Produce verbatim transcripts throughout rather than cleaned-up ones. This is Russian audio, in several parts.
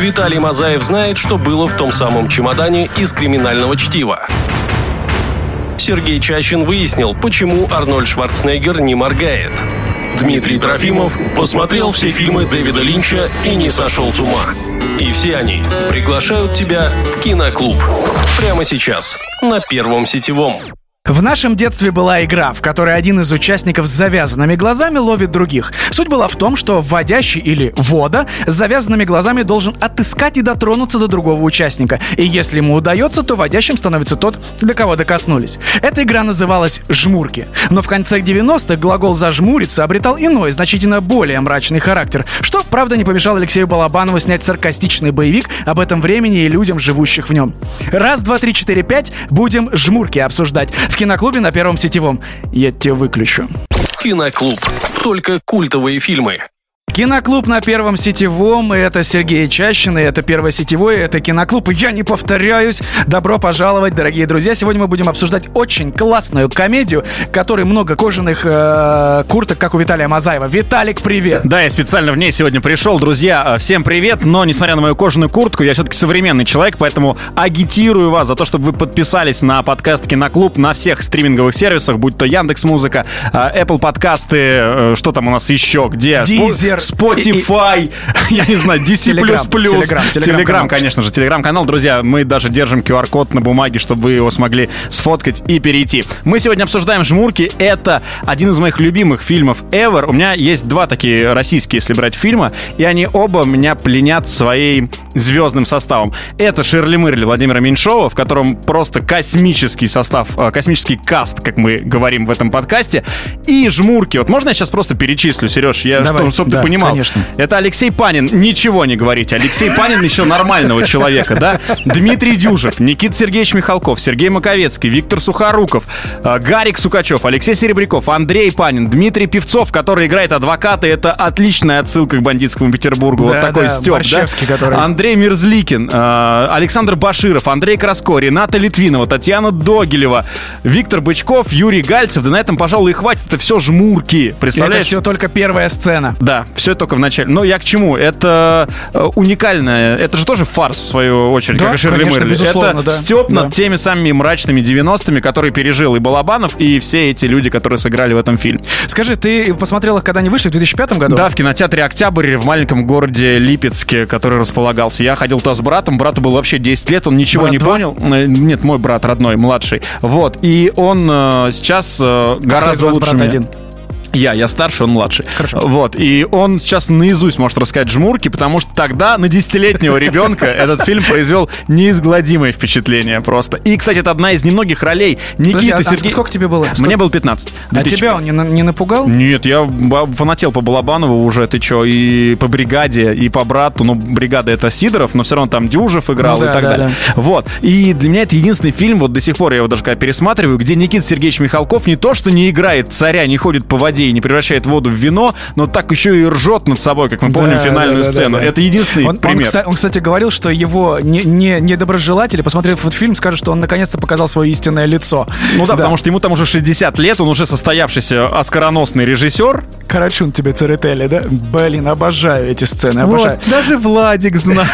Виталий Мазаев знает, что было в том самом чемодане из криминального чтива. Сергей Чащин выяснил, почему Арнольд Шварценеггер не моргает. Дмитрий Трофимов посмотрел все фильмы Дэвида Линча и не сошел с ума. И все они приглашают тебя в киноклуб. Прямо сейчас, на Первом сетевом. В нашем детстве была игра, в которой один из участников с завязанными глазами ловит других. Суть была в том, что вводящий или вода с завязанными глазами должен отыскать и дотронуться до другого участника. И если ему удается, то водящим становится тот, до кого докоснулись. Эта игра называлась «Жмурки». Но в конце девяностых глагол «зажмуриться» обретал иной, значительно более мрачный характер, что, правда, не помешало Алексею Балабанову снять саркастичный боевик об этом времени и людям, живущих в нем. Раз, два, три, четыре, пять, будем «Жмурки» обсуждать. В киноклубе на Первом сетевом. Я тебя выключу. Киноклуб. Только культовые фильмы. Киноклуб на Первом сетевом, и это Сергей Чащин, и это Первое сетевое, это Киноклуб, и я не повторяюсь. Добро пожаловать, дорогие друзья. Сегодня мы будем обсуждать очень классную комедию, в которой много кожаных э, курток, как у Виталия Мазаева. Виталик, привет! Да, я специально в ней сегодня пришел. Друзья, всем привет, но несмотря на мою кожаную куртку, я все-таки современный человек, поэтому агитирую вас за то, чтобы вы подписались на подкаст Киноклуб на всех стриминговых сервисах, будь то Яндекс.Музыка, Apple подкасты, что там у нас еще, где? Дизер. Spotify, и, и, я не знаю, ди си плюс плюс. Телеграм, Телеграм, конечно же, Телеграм-канал. Друзья, мы даже держим ку ар-код на бумаге, чтобы вы его смогли сфоткать и перейти. Мы сегодня обсуждаем «Жмурки». Это один из моих любимых фильмов ever. У меня есть два такие российские, если брать, фильма, и они оба меня пленят своим звездным составом. Это «Ширли Мырли» Владимира Меньшова, в котором просто космический состав, космический каст, как мы говорим в этом подкасте, и «Жмурки». Вот можно я сейчас просто перечислю, Сереж, я, Давай, чтобы, чтобы да, ты понимал. Конечно. Это Алексей Панин, ничего не говорите. Алексей Панин еще нормального человека, да? Дмитрий Дюжев, Никита Сергеевич Михалков, Сергей Маковецкий, Виктор Сухоруков, Гарик Сукачев, Алексей Серебряков, Андрей Панин, Дмитрий Певцов, который играет адвоката. Это отличная отсылка к бандитскому Петербургу. Да, вот такой да, стёб, да? Который... Андрей Мерзликин, Александр Баширов, Андрей Краско, Рената Литвинова, Татьяна Догилева, Виктор Бычков, Юрий Гальцев. Да на этом, пожалуй, и хватит. Это все «Жмурки». Представляешь? Это все только первая сцена. Да, все только в начале. Но я к чему? Это э, уникальное. Это же тоже фарс, в свою очередь, да, как и Ширли Мырли. Это да. стёб да. над теми самыми мрачными девяностыми, которые пережил и Балабанов, и все эти люди, которые сыграли в этом фильме. Скажи, ты посмотрел их, когда они вышли, в две тысячи пятом году? Да, в кинотеатре «Октябрь» в маленьком городе Липецке, который располагался. Я ходил туда с братом. Брату было вообще десять лет, он ничего брат не два? понял. Нет, мой брат родной, младший. Вот. И он э, сейчас э, гораздо лучше брат меня. Один? Я, я старше, он младший. Хорошо. Вот, и он сейчас наизусть может рассказать «Жмурки», потому что тогда на десятилетнего ребенка этот фильм произвел неизгладимое впечатление просто. И, кстати, это одна из немногих ролей Никиты Подожди, а Сергея... сколько тебе было? Сколько? Мне было пятнадцать. А тебя он не, не напугал? Нет, я фанател по Балабанову уже, ты чё, и по «Бригаде», и по «Брату». Ну, «Бригада» — это Сидоров, но все равно там Дюжев играл, ну, да, и так да, далее. Да. Вот, и для меня это единственный фильм, вот до сих пор я его даже когда пересматриваю, где Никита Сергеевич Михалков не то, что не играет царя, не ходит по воде и не превращает воду в вино, но так еще и ржет над собой, как мы помним, да, финальную да, да, сцену. Да, да. Это единственный он, пример. Он, кстати, он, кстати, говорил, что его не, не, недоброжелатели, посмотрев этот фильм, скажут, что он наконец-то показал свое истинное лицо. Ну да, да, потому что ему там уже шестьдесят лет, он уже состоявшийся оскароносный режиссер. Карачун тебе Церетели, да? Блин, обожаю эти сцены, обожаю. Вот, даже Владик знает.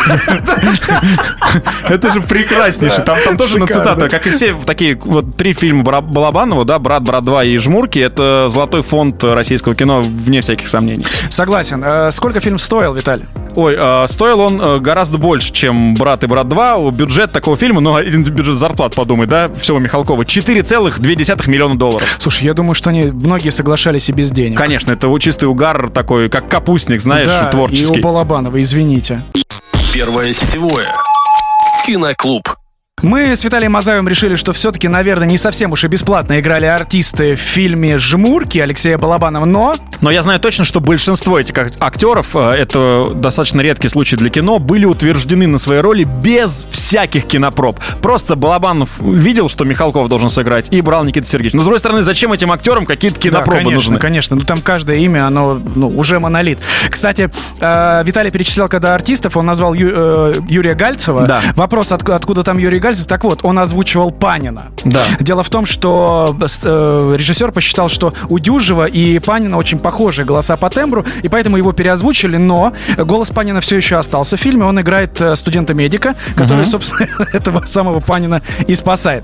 Это же прекраснейше. Там тоже на цитаты, как и все такие вот три фильма Балабанова, да, «Брат», «Брат два» и «Жмурки», это золотой фонд российского кино, вне всяких сомнений. Согласен. А сколько фильм стоил, Виталий? Ой, э, стоил он э, гораздо больше, чем «Брат» и «Брат два». Бюджет такого фильма, ну, один бюджет зарплат, подумай, да, всего Михалкова, четыре целых две десятых миллиона долларов. Слушай, я думаю, что они, многие соглашались и без денег. Конечно, это чистый угар такой, как капустник, знаешь, да, творческий. И у Балабанова, извините. Первое сетевое. Киноклуб. Мы с Виталием Мазаевым решили, что все-таки, наверное, не совсем уж и бесплатно играли артисты в фильме «Жмурки» Алексея Балабанова, но... Но я знаю точно, что большинство этих актеров, это достаточно редкий случай для кино, были утверждены на своей роли без всяких кинопроб. Просто Балабанов видел, что Михалков должен сыграть, и брал Никита Сергеевич. Но, с другой стороны, зачем этим актерам какие-то кинопробы да, конечно, нужны? конечно, ну там каждое имя, оно ну, уже монолит. Кстати, э, Виталий перечислял, когда артистов, он назвал Ю, э, Юрия Гальцева. Да. Вопрос, от, откуда там Юрий Гальцев, Михальцев. Так вот, он озвучивал Панина. Да. Дело в том, что э, режиссер посчитал, что у Дюжева и Панина очень похожие голоса по тембру, и поэтому его переозвучили, но голос Панина все еще остался в фильме. Он играет студента-медика, который, uh-huh. собственно, этого самого Панина и спасает.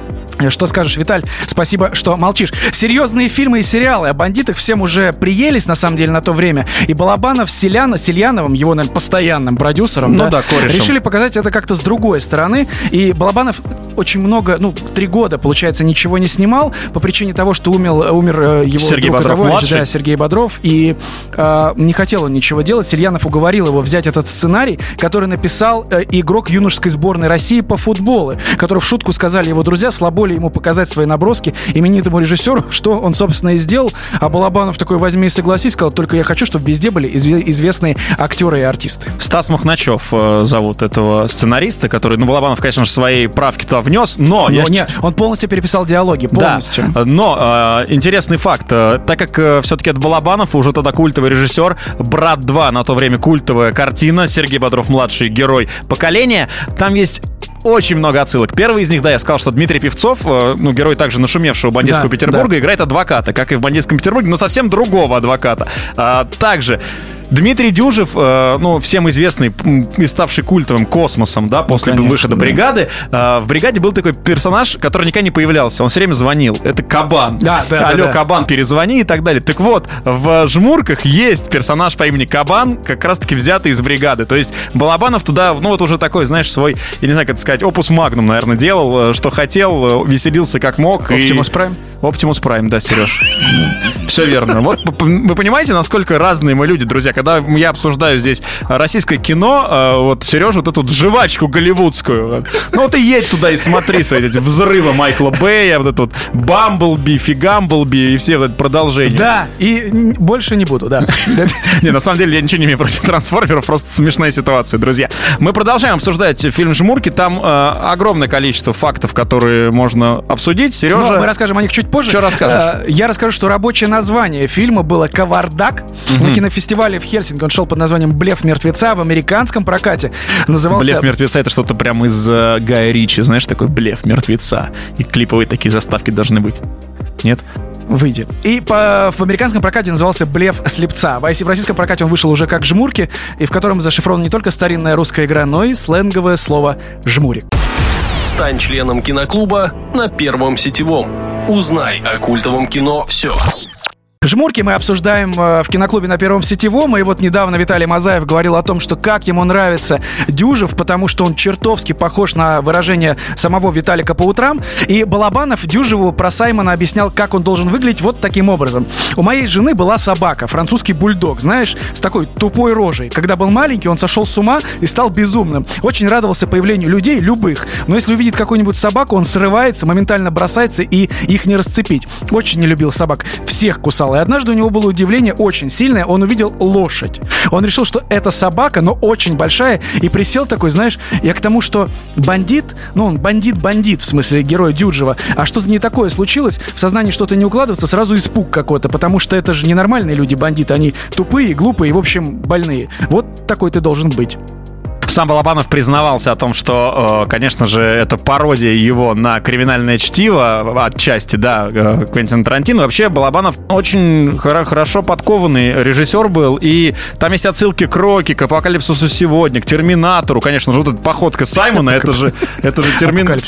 Что скажешь, Виталь? Спасибо, что молчишь. Серьезные фильмы и сериалы о бандитах всем уже приелись, на самом деле, на то время. И Балабанов с Селяно, Сельяновым, его, наверное, постоянным продюсером, ну, да, да, корешем, решили показать это как-то с другой стороны. И Балабанов очень много, ну, три года, получается, ничего не снимал по причине того, что умер, умер его Сергей друг и товарищ, Бодров-младший. да, Сергей Бодров. И э, не хотел он ничего делать. Сельянов уговорил его взять этот сценарий, который написал э, игрок юношеской сборной России по футболу, который в шутку сказали его друзья, слабо ли ему показать свои наброски именитому режиссеру, что он, собственно, и сделал. А Балабанов такой: возьми и согласись, сказал: только я хочу, чтобы везде были изв- известные актеры и артисты. Стас Махначев э, зовут этого сценариста, который, ну, Балабанов, конечно же, свои правки туда внес, но... но я... нет, он полностью переписал диалоги, полностью. Да, но э, интересный факт, э, так как э, все-таки это Балабанов, уже тогда культовый режиссер, «Брат два» на то время культовая картина, Сергей Бодров-младший, герой поколения, там есть очень много отсылок. Первый из них, да, я сказал, что Дмитрий Певцов, ну, герой также нашумевшего бандитского да, Петербурга, да. играет адвоката, как и в бандитском Петербурге, но совсем другого адвоката. А, также Дмитрий Дюжев, э, ну, всем известный и ставший культовым «Космосом», да, после ну, конечно, выхода да. «Бригады». Э, в «Бригаде» был такой персонаж, который никогда не появлялся, он все время звонил. Это Кабан. Да, да, Алло, да, да. Кабан, перезвони и так далее. Так вот, в «Жмурках» есть персонаж по имени Кабан, как раз-таки взятый из «Бригады». То есть Балабанов туда, ну, вот уже такой, знаешь, свой, я не знаю, как это сказать, опус магнум, наверное, делал, что хотел, веселился как мог. Оптимус Прайм? Оптимус Прайм, да, Сереж. Все верно. Вот вы понимаете, насколько разные мы люди, друзья. Когда я обсуждаю здесь российское кино, вот Сережа вот эту жвачку голливудскую, ну вот и едь туда и смотри свои эти взрывы Майкла Бэя, вот это вот Бамблби, Фигамблби и все вот это продолжение. Да, и больше не буду, да. Не, на самом деле я ничего не имею против трансформеров, просто смешная ситуация, друзья. Мы продолжаем обсуждать фильм «Жмурки». Там огромное количество фактов, которые можно обсудить. Сережа... Мы расскажем о них чуть позже. Что расскажешь? Я расскажу, что рабочее название фильма было «Кавардак». Угу. На кинофестивале в Хельсинки он шел под названием «Блеф мертвеца». В американском прокате назывался... «Блеф мертвеца» — это что-то прямо из uh, Гая Ричи. Знаешь, такой «Блеф мертвеца». И клиповые такие заставки должны быть. Нет? Выйдет. И по, в американском прокате назывался «Блеф слепца». В российском прокате он вышел уже как «Жмурки», и в котором зашифрована не только старинная русская игра, но и сленговое слово «жмурик». Стань членом киноклуба на Первом сетевом. Узнай о культовом кино все. «Жмурки» мы обсуждаем в киноклубе на Первом сетевом. И вот недавно Виталий Мазаев говорил о том, что как ему нравится Дюжев, потому что он чертовски похож на выражение самого Виталика по утрам. И Балабанов Дюжеву про Саймона объяснял, как он должен выглядеть вот таким образом. У моей жены была собака, французский бульдог, знаешь, с такой тупой рожей. Когда был маленький, он сошел с ума и стал безумным. Очень радовался появлению людей, любых. Но если увидит какую-нибудь собаку, он срывается, моментально бросается, и их не расцепить. Очень не любил собак. Всех кусал. И однажды у него было удивление очень сильное. Он увидел лошадь. Он решил, что это собака, но очень большая. И присел такой, знаешь, я к тому, что бандит, ну он бандит-бандит, в смысле герой Дюжева, а что-то не такое случилось, в сознании что-то не укладывается, сразу испуг какой-то, потому что это же ненормальные люди, бандиты. Они тупые, глупые и, в общем, больные. Вот такой ты должен быть. Сам Балабанов признавался о том, что, конечно же, это пародия его на «Криминальное чтиво», отчасти, да, Квентина Тарантино. Вообще, Балабанов очень хорошо подкованный режиссер был, и там есть отсылки к «Рокки», к «Апокалипсису сегодня», к «Терминатору». Конечно же, вот эта походка Саймона, это же это же терминатор.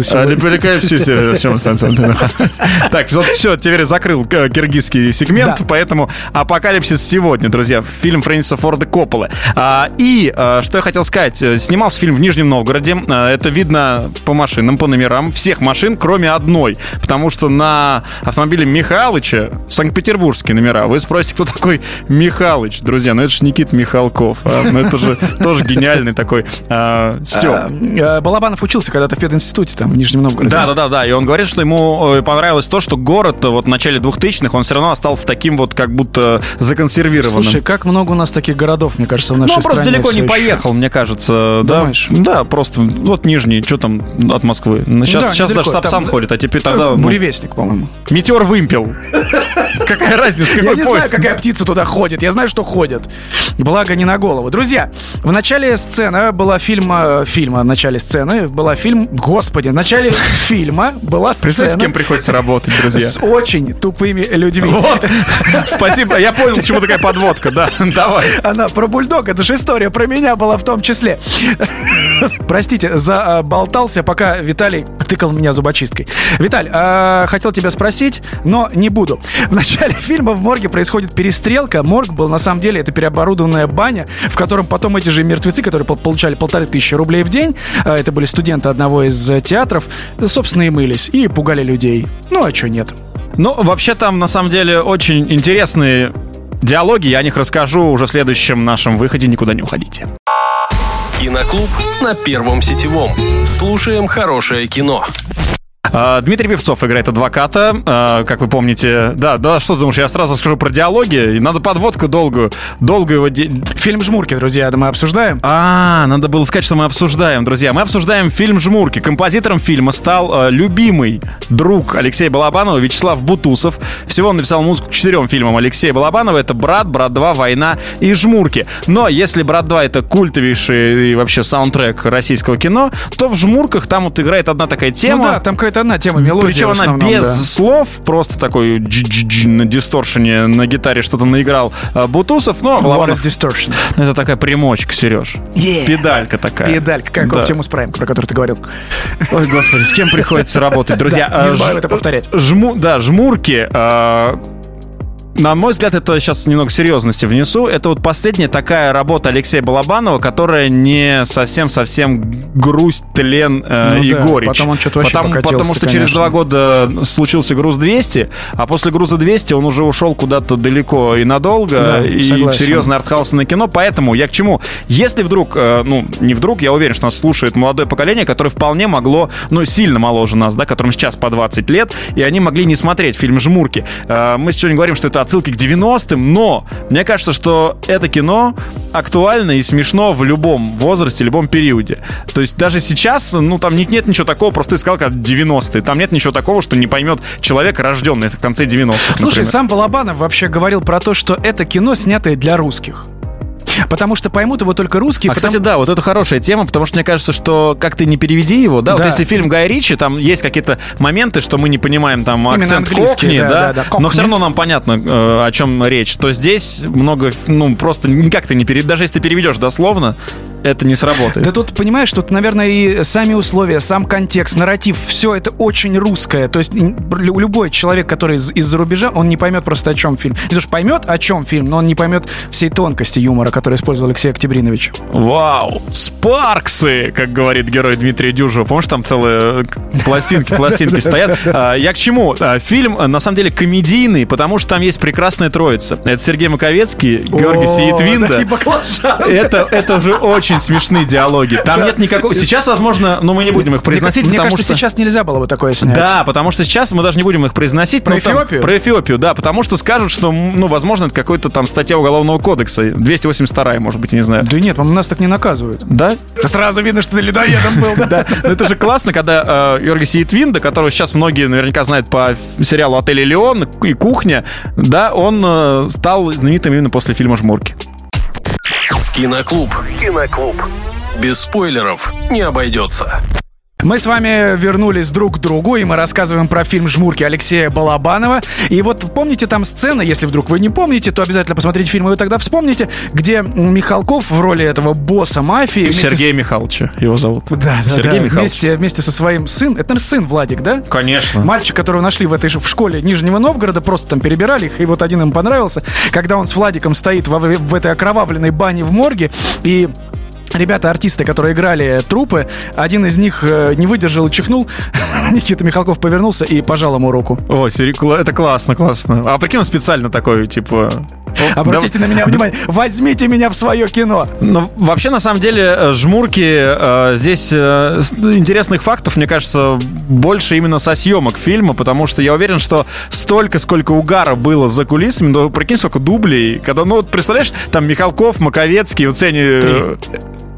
Так, вот все, теперь закрыл киргизский сегмент, поэтому «Апокалипсис сегодня», друзья, фильм Фрэнсиса Форда Копполы. И что я хотел сказать, сказать, снимался фильм в Нижнем Новгороде. Это видно по машинам, по номерам всех машин, кроме одной. Потому что на автомобиле Михалыча Санкт-Петербургские номера. Вы спросите, кто такой Михалыч? Друзья, ну это же Никита Михалков. А? Ну это же тоже гениальный такой а, стёб. А, Балабанов учился когда-то в пединституте там в Нижнем Новгороде. Да, да, да, да. И он говорит, что ему понравилось то, что город вот в начале двухтысячных, он все равно остался таким вот как будто законсервированным. Слушай, как много у нас таких городов, мне кажется, в нашей стране. Ну, он просто далеко не еще. поехал, мне кажется. кажется. Думаешь? Да, да, просто вот нижний, что там от Москвы. Сейчас, Да, сейчас недалеко, даже Сапсан там, ходит, а теперь тогда... ну, Буревестник, по-моему. Метеор вымпел. Какая разница, Я какой не поезд? знаю, какая птица туда ходит. Я знаю, что ходит. Благо, не на голову. Друзья, в начале сцены была фильма... Фильма в начале сцены была фильм... Господи, в начале фильма была сцена... Представляете, с кем приходится работать, друзья? С очень тупыми людьми. Вот, спасибо. Я понял, к чему такая подводка, да. Давай. Она про бульдога, это же история про меня была в том числе. Простите, заболтался, пока Виталий тыкал меня зубочисткой. Виталь, а, хотел тебя спросить, но не буду. В начале фильма в морге происходит перестрелка. Морг был, на самом деле, это переоборудованная баня, в котором потом эти же мертвецы, которые получали полторы тысячи рублей в день, а, это были студенты одного из театров, собственно, и мылись, и пугали людей. Ну, а чё нет? Ну, вообще там, на самом деле, очень интересные диалоги. Я о них расскажу уже в следующем нашем выходе. Никуда не уходите. Киноклуб на Первом сетевом. Слушаем хорошее кино. Дмитрий Певцов играет адвоката, как вы помните. Да, да, что ты думаешь, я сразу скажу про диалоги. Надо подводку долгую, долгую его... Де... Фильм «Жмурки», друзья, это мы обсуждаем. А, надо было сказать, что мы обсуждаем, друзья. Мы обсуждаем фильм «Жмурки». Композитором фильма стал э, любимый друг Алексея Балабанова Вячеслав Бутусов. Всего он написал музыку к четырем фильмам Алексея Балабанова. Это «Брат», «Брат два», «Война» и «Жмурки». Но если «Брат два» — это культовейший и вообще саундтрек российского кино, то в «Жмурках» там вот играет одна такая тема. Ну да, там какая-то одна тема, мелодия. Причем она основном, без да. слов, просто такой дж-дж-дж на дисторшене на гитаре что-то наиграл а, Бутусов. Но Балабанов... Distortion. Это такая примочка, Сереж. Yeah. Педалька такая. Педалька, как да. Optimus Prime, про который ты говорил. Ой, господи, с кем приходится работать, друзья. Да, не забывай это повторять. Жму, да, «Жмурки». А, на мой взгляд, это сейчас немного серьезности внесу. Это вот последняя такая работа Алексея Балабанова, которая не совсем-совсем грусть, тлен э, ну и да, горечь. Потом он что-то вообще потому, потому что конечно. через два года случился «Груз двести», а после «Груза двести» он уже ушел куда-то далеко и надолго, да, и согласен. в серьезное артхаусное кино. Поэтому я к чему? Если вдруг, э, ну, не вдруг, я уверен, что нас слушает молодое поколение, которое вполне могло, ну, сильно моложе нас, да, которым сейчас по двадцать лет, и они могли не смотреть фильм «Жмурки». Э, мы сегодня говорим, что это отсылки к девяностым, но мне кажется, что это кино актуально и смешно в любом возрасте, любом периоде. То есть даже сейчас, ну, там нет, нет ничего такого, просто ты сказал, как девяностые. Там нет ничего такого, что не поймет человек, рожденный в конце девяностых. Слушай, например. сам Балабанов вообще говорил про то, что это кино, снятое для русских. Потому что поймут его только русские. А, потому... кстати, да, вот это хорошая тема, потому что мне кажется, что как ты не переведи его, да, да. вот если фильм Гая Ричи, там есть какие-то моменты, что мы не понимаем там Именно акцент английский, кокни, да, да, да, да, кокни. но все равно нам понятно, э, о чем речь. То здесь много, ну, просто никак ты не переведешь, даже если ты переведешь дословно, это не сработает. Да тут, понимаешь, тут, наверное, и сами условия, сам контекст, нарратив, все это очень русское. То есть любой человек, который из- из-за рубежа, он не поймет просто, о чем фильм. Не то, что поймет, о чем фильм, но он не поймет всей тонкости юмора, который использовал Алексей Октябринович. Вау! Спарксы, как говорит герой Дмитрия Дюжева. Помнишь, там целые пластинки, пластинки стоят? А, я к чему? А, фильм, на самом деле, комедийный, потому что там есть прекрасная троица. Это Сергей Маковецкий, Георгий Сиетвинда. Это, это уже очень смешные диалоги. Там нет никакого... Сейчас, возможно, но мы не будем их произносить, Мне потому кажется, что... сейчас нельзя было бы такое снять. Да, потому что сейчас мы даже не будем их произносить. Про ну, там, Эфиопию? Про Эфиопию, да, потому что скажут, что, ну, возможно, это какой-то там статья Уголовного кодекса. двести восемьдесят два, может быть, не знаю. Да нет, по-моему, нас так не наказывают. Да? Это сразу видно, что ты людоедом был, да? Да, но это же классно, когда э, Георгий Сиетвинда, которого сейчас многие наверняка знают по сериалу «Отель Элеон» и «Кухня», да, он э, стал знаменитым именно после фильма «Жмурки». Киноклуб. Киноклуб. Без спойлеров не обойдется. Мы с вами вернулись друг к другу, и мы рассказываем про фильм «Жмурки» Алексея Балабанова. И вот помните там сцена, если вдруг вы не помните, то обязательно посмотрите фильм, и вы тогда вспомните, где Михалков в роли этого босса мафии... Сергея с... Михайловича его зовут. Да, да, Сергей да. Михайлович. Вместе, вместе со своим сыном. Это, наверное, сын Владик, да? Конечно. Мальчик, которого нашли в этой же в школе Нижнего Новгорода, просто там перебирали их, и вот один им понравился. Когда он с Владиком стоит во, в этой окровавленной бане в морге, и... Ребята, артисты, которые играли трупы, один из них э, не выдержал и чихнул. Никита Михалков повернулся и пожал ему руку. О, это классно, классно. А прикинь, он специально такой, типа... Обратите да, на меня внимание. Возьмите меня в свое кино. Ну, вообще, на самом деле, «Жмурки», э, здесь э, интересных фактов, мне кажется, больше именно со съемок фильма, потому что я уверен, что столько, сколько угара было за кулисами, ну, прикинь, сколько дублей, когда, ну, вот, представляешь, там Михалков, Маковецкий, вот они...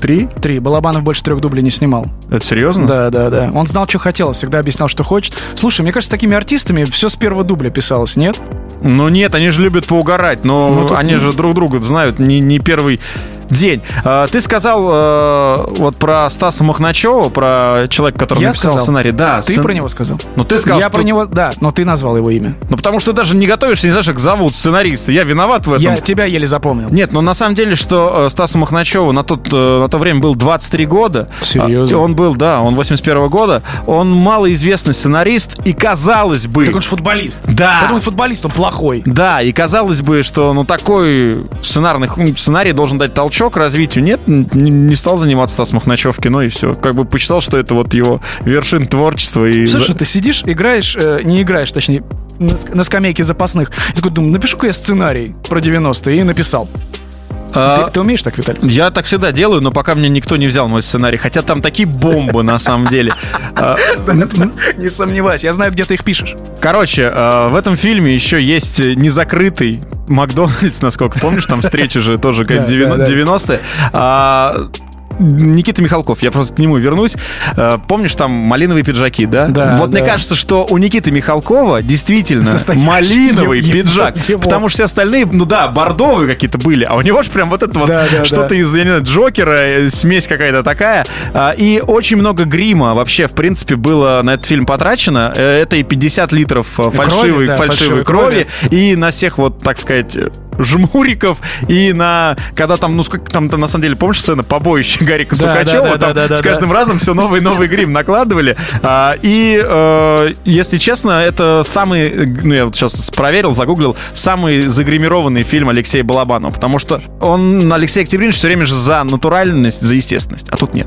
Три? Три. Балабанов больше трех дублей не снимал. Это серьезно? Да, да, да. Он знал, что хотел, всегда объяснял, что хочет. Слушай, мне кажется, с такими артистами все с первого дубля писалось, нет? Ну нет, они же любят поугарать, но ну, тут... они же друг друга знают не, не первый день. А, ты сказал а, вот про Стаса Махначева, про человека, который Я написал сказал? сценарий. Да, ты сцен... про него сказал? Ну ты сказал, Я что... про него, да, но ты назвал его имя. Ну потому что даже не готовишься, не знаешь, как зовут сценариста. Я виноват в этом. Я тебя еле запомнил. Нет, но на самом деле, что Стасу Махначеву на, тот, на то время было двадцать три года. Серьезно? Он был, да, он восемьдесят первого года. Он малоизвестный сценарист, и казалось бы... Так он же футболист. Да. Поэтому он футболист, он плохой. Да, и казалось бы, что ну такой сценарный сценарий должен дать толчок развитию. Нет, не, не стал заниматься Стас Махначев в кино, и все. Как бы посчитал, что это вот его вершин творчества. И... Слушай, ты сидишь, играешь, э, не играешь, точнее, на, на скамейке запасных. Я такой думаю, напишу-ка я сценарий про девяностые, и написал. А, ты, ты умеешь так, Виталий? Я так всегда делаю, но пока мне никто не взял мой сценарий. Хотя там такие бомбы, на самом деле. Не сомневайся, я знаю, где ты их пишешь. Короче, в этом фильме еще есть незакрытый Макдональдс, насколько помнишь, там встреча же тоже как девяностые. Никита Михалков, я просто к нему вернусь. Помнишь, там малиновые пиджаки, да? Да. Вот да. мне кажется, что у Никиты Михалкова действительно малиновый его, пиджак. Его. Потому что все остальные, ну да, бордовые какие-то были, а у него же прям вот это вот да, да, что-то да. из, я не знаю, Джокера, смесь какая-то такая. И очень много грима вообще, в принципе, было на этот фильм потрачено. Это и пятьдесят литров фальшивой, крови, да, фальшивой крови, крови, и на всех вот, так сказать, жмуриков, и на... Когда там, ну, сколько там, на самом деле, помнишь сцена побоища Гарика да, Сукачева? Да, да, там да, да, с каждым да. разом все новый и новый грим накладывали. А, и, э, если честно, это самый... Ну, я вот сейчас проверил, загуглил, самый загримированный фильм Алексея Балабанова, потому что он, Алексей Октябринович, все время же за натуральность, за естественность, а тут нет.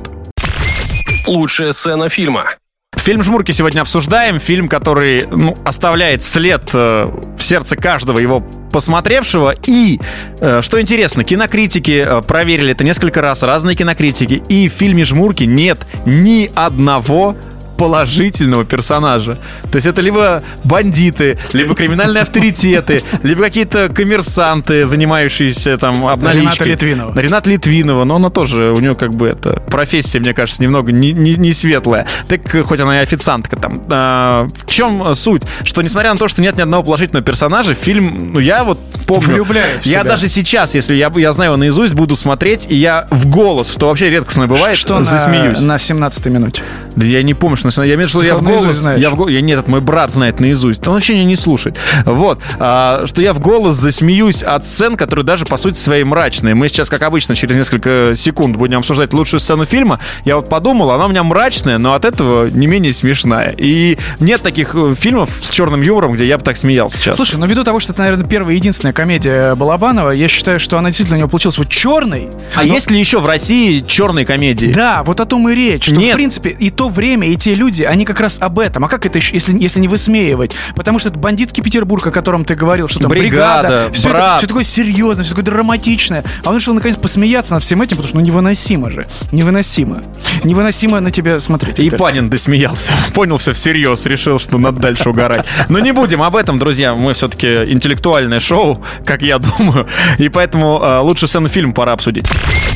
Лучшая сцена фильма. Фильм «Жмурки» сегодня обсуждаем. Фильм, который, ну, оставляет след э, в сердце каждого его посмотревшего. И, э, что интересно, кинокритики э, проверили это несколько раз, разные кинокритики, и в фильме «Жмурки» нет ни одного положительного персонажа. То есть это либо бандиты, либо криминальные авторитеты, либо какие-то коммерсанты, занимающиеся там обналичкой. Рената Литвинова. Рената Литвинова, но она тоже, у нее как бы это профессия, мне кажется, немного не, не, не светлая. Так, хоть она и официантка там. А, в чем суть? Что несмотря на то, что нет ни одного положительного персонажа, фильм, ну я вот помню. Влюбляет в я себя. даже сейчас, если я, я знаю его наизусть, буду смотреть, и я в голос, что вообще редкостно бывает, что засмеюсь. На, на семнадцатой минуте. Да я не помню, что я имею в виду, что я в голос, я в голос, я нет, это мой брат знает наизусть, он вообще меня не слушает. Вот, а, что я в голос засмеюсь от сцен, которые даже по сути своей мрачные. Мы сейчас, как обычно, через несколько секунд будем обсуждать лучшую сцену фильма. Я вот подумал, она у меня мрачная, но от этого не менее смешная. И нет таких фильмов с черным юмором, где я бы так смеялся сейчас. Слушай, ну ввиду того, что это, наверное, первая и единственная комедия Балабанова, я считаю, что она действительно у него получилась вот черной. А но... есть ли еще в России черные комедии? Да, вот о том и речь, что нет. в принципе и то время, и те люди, они как раз об этом. А как это еще, если, если не высмеивать? Потому что это бандитский Петербург, о котором ты говорил, что там бригада, бригада все, это, все такое серьезное, все такое драматичное. А он решил наконец посмеяться над всем этим, потому что ну невыносимо же. Невыносимо. Невыносимо на тебя смотреть. И Панин досмеялся. Понял все всерьез, решил, что надо дальше угорать. Но не будем об этом, друзья. Мы все-таки интеллектуальное шоу, как я думаю. И поэтому э, лучшую сцену фильма пора обсудить.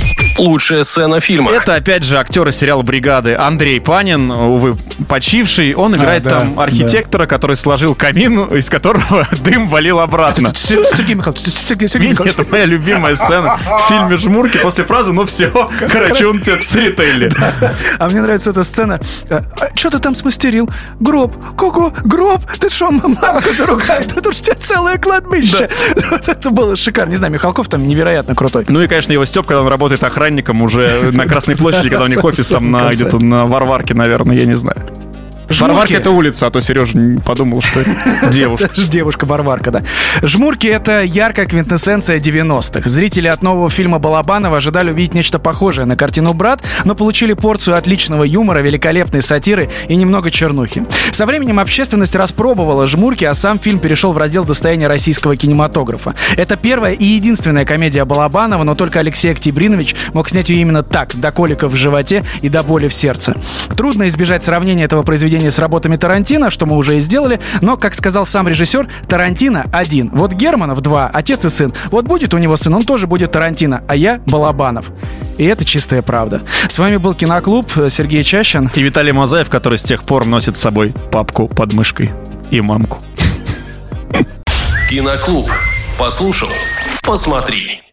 Лучшая сцена фильма. Это, опять же, актер из сериала «Бригады» Андрей Панин, увы, почивший. Он играет а, да, там архитектора, да. который сложил камин, из которого дым валил обратно. Сергей Михайлович, Сергей Михайлович. Это моя любимая сцена в фильме «Жмурки». После фразы «ну все, карачун тебе церетели». А мне нравится эта сцена. Что ты там смастерил? Гроб. Ко-ко, гроб? Ты что, мама заругает? Это уж у тебя целое кладбище. Это было шикарно. Не знаю, Михалков там невероятно крутой. Ну и, конечно, его Степ, когда он работает охранником уже на Красной площади, когда у них офис там на, где-то на Варварке, наверное, я не знаю. Жмурки. Варварка — это улица, а то Сережа подумал, что это девушка. Девушка-Варварка, да. «Жмурки» — это яркая квинтэссенция девяностых. Зрители от нового фильма Балабанова ожидали увидеть нечто похожее на картину «Брат», но получили порцию отличного юмора, великолепной сатиры и немного чернухи. Со временем общественность распробовала «Жмурки», а сам фильм перешел в раздел достояния российского кинематографа. Это первая и единственная комедия Балабанова, но только Алексей Октябринович мог снять ее именно так, до коликов в животе и до боли в сердце. Трудно избежать сравнения этого произведения сравнение с работами Тарантино, что мы уже и сделали, но, как сказал сам режиссер, Тарантино один. Вот Германов два, отец и сын. Вот будет у него сын, он тоже будет Тарантино, а я Балабанов. И это чистая правда. С вами был Киноклуб, Сергей Чащин. И Виталий Мазаев, который с тех пор носит с собой папку под мышкой и мамку. Киноклуб. Послушал, посмотри.